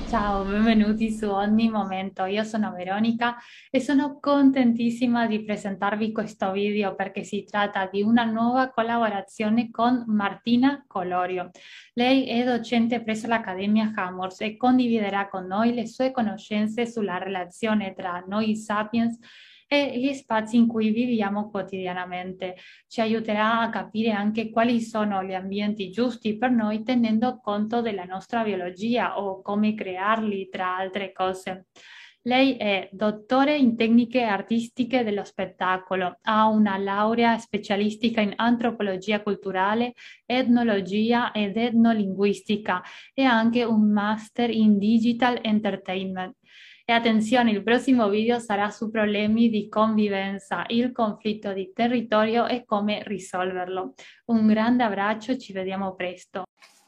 Ciao, benvenuti su Ogni Momento. Io sono Veronica e sono contentissima di presentarvi questo video perché si tratta di una nuova collaborazione con Martina Colorio. Lei è docente presso l'Accademia Hammers e condividerà con noi le sue conoscenze sulla relazione tra noi sapiens e gli spazi in cui viviamo quotidianamente. Ci aiuterà a capire anche quali sono gli ambienti giusti per noi tenendo conto della nostra biologia o come crearli, tra altre cose. Lei è dottore in tecniche artistiche dello spettacolo, ha una laurea specialistica in antropologia culturale, etnologia ed etnolinguistica e anche un master in digital entertainment. E attenzione, il prossimo video sarà su problemi di convivenza, il conflitto di territorio e come risolverlo. Un grande abbraccio, ci vediamo presto.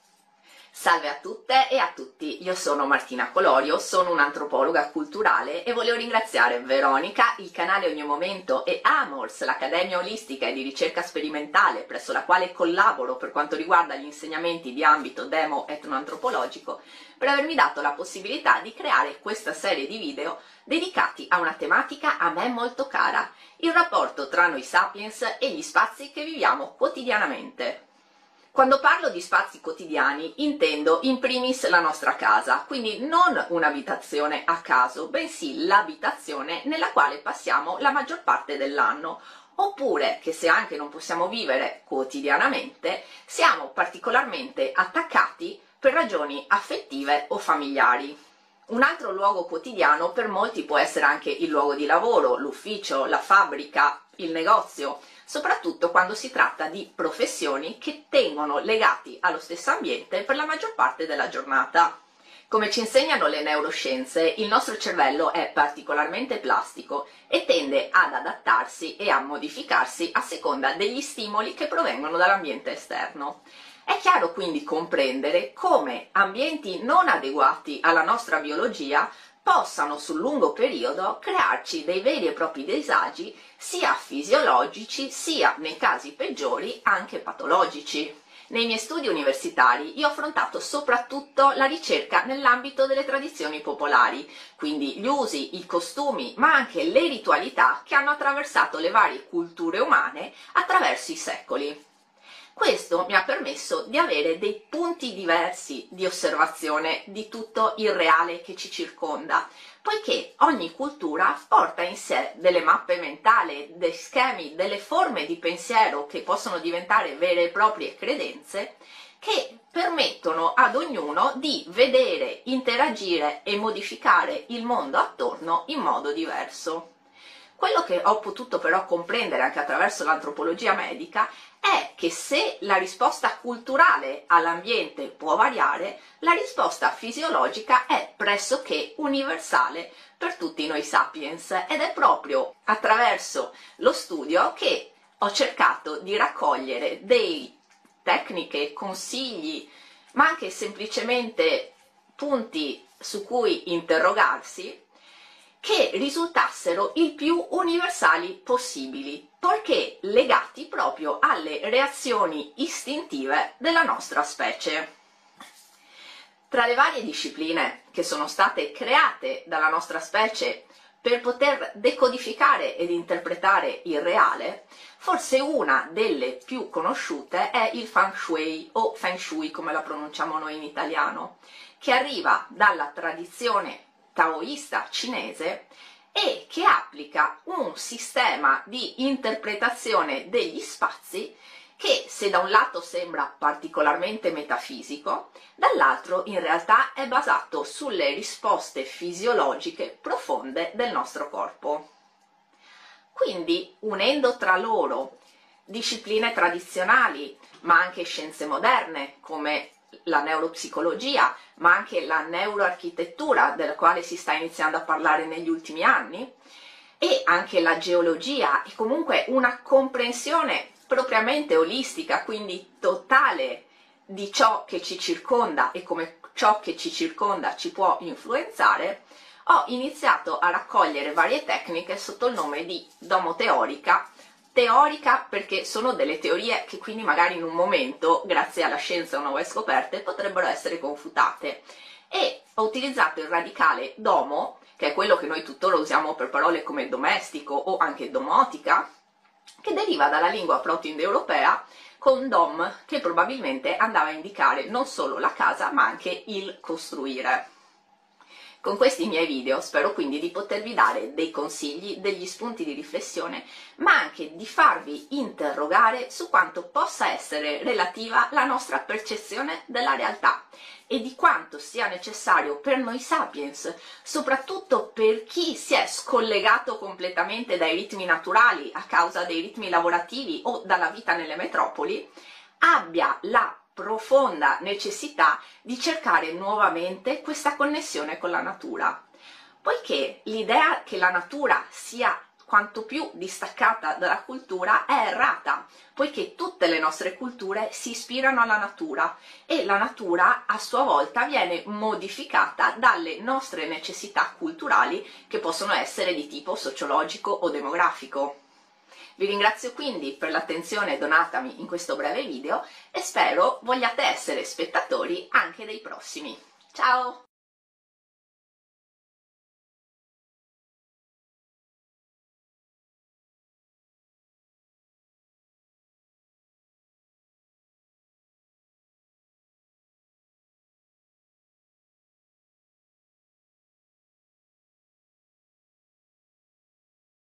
Salve a tutte e a tutti, io sono Martina Colorio, sono un'antropologa culturale e volevo ringraziare Veronica, il canale Ogni Momento e Amors, l'Accademia Olistica e di Ricerca Sperimentale presso la quale collaboro per quanto riguarda gli insegnamenti di ambito demo-etnoantropologico, per avermi dato la possibilità di creare questa serie di video dedicati a una tematica a me molto cara, il rapporto tra noi sapiens e gli spazi che viviamo quotidianamente. Quando parlo di spazi quotidiani intendo in primis la nostra casa, quindi non un'abitazione a caso, bensì l'abitazione nella quale passiamo la maggior parte dell'anno, oppure che se anche non possiamo vivere quotidianamente, siamo particolarmente attaccati per ragioni affettive o familiari. Un altro luogo quotidiano per molti può essere anche il luogo di lavoro, l'ufficio, la fabbrica, il negozio, soprattutto quando si tratta di professioni che tengono legati allo stesso ambiente per la maggior parte della giornata. Come ci insegnano le neuroscienze, il nostro cervello è particolarmente plastico e tende ad adattarsi e a modificarsi a seconda degli stimoli che provengono dall'ambiente esterno. È chiaro quindi comprendere come ambienti non adeguati alla nostra biologia possano sul lungo periodo crearci dei veri e propri disagi sia fisiologici sia, nei casi peggiori, anche patologici. Nei miei studi universitari io ho affrontato soprattutto la ricerca nell'ambito delle tradizioni popolari, quindi gli usi, i costumi, ma anche le ritualità che hanno attraversato le varie culture umane attraverso i secoli. Questo mi ha permesso di avere dei punti diversi di osservazione di tutto il reale che ci circonda, poiché ogni cultura porta in sé delle mappe mentali, dei schemi, delle forme di pensiero che possono diventare vere e proprie credenze, che permettono ad ognuno di vedere, interagire e modificare il mondo attorno in modo diverso. Quello che ho potuto però comprendere anche attraverso l'antropologia medica è che se la risposta culturale all'ambiente può variare, la risposta fisiologica è pressoché universale per tutti noi sapiens, ed è proprio attraverso lo studio che ho cercato di raccogliere dei tecniche, consigli, ma anche semplicemente punti su cui interrogarsi, che risultassero il più universali possibili, poiché legati proprio alle reazioni istintive della nostra specie. Tra le varie discipline che sono state create dalla nostra specie per poter decodificare ed interpretare il reale, forse una delle più conosciute è il Feng Shui o Feng Shui come la pronunciamo noi in italiano, che arriva dalla tradizione taoista cinese e che applica un sistema di interpretazione degli spazi che, se da un lato sembra particolarmente metafisico, dall'altro in realtà è basato sulle risposte fisiologiche profonde del nostro corpo. Quindi, unendo tra loro discipline tradizionali, ma anche scienze moderne come la neuropsicologia, ma anche la neuroarchitettura, della quale si sta iniziando a parlare negli ultimi anni, e anche la geologia, e comunque una comprensione propriamente olistica, quindi totale di ciò che ci circonda e come ciò che ci circonda ci può influenzare, ho iniziato a raccogliere varie tecniche sotto il nome di domoteorica. Teorica perché sono delle teorie che quindi magari in un momento, grazie alla scienza o nuove scoperte, potrebbero essere confutate, e ho utilizzato il radicale domo, che è quello che noi tuttora usiamo per parole come domestico o anche domotica, che deriva dalla lingua proto-indoeuropea, con dom, che probabilmente andava a indicare non solo la casa ma anche il costruire. Con questi miei video spero quindi di potervi dare dei consigli, degli spunti di riflessione, ma anche di farvi interrogare su quanto possa essere relativa la nostra percezione della realtà e di quanto sia necessario per noi sapiens, soprattutto per chi si è scollegato completamente dai ritmi naturali a causa dei ritmi lavorativi o dalla vita nelle metropoli, abbia la profonda necessità di cercare nuovamente questa connessione con la natura, poiché l'idea che la natura sia quanto più distaccata dalla cultura è errata, poiché tutte le nostre culture si ispirano alla natura e la natura a sua volta viene modificata dalle nostre necessità culturali che possono essere di tipo sociologico o demografico. Vi ringrazio quindi per l'attenzione donatami in questo breve video e spero vogliate essere spettatori anche dei prossimi. Ciao!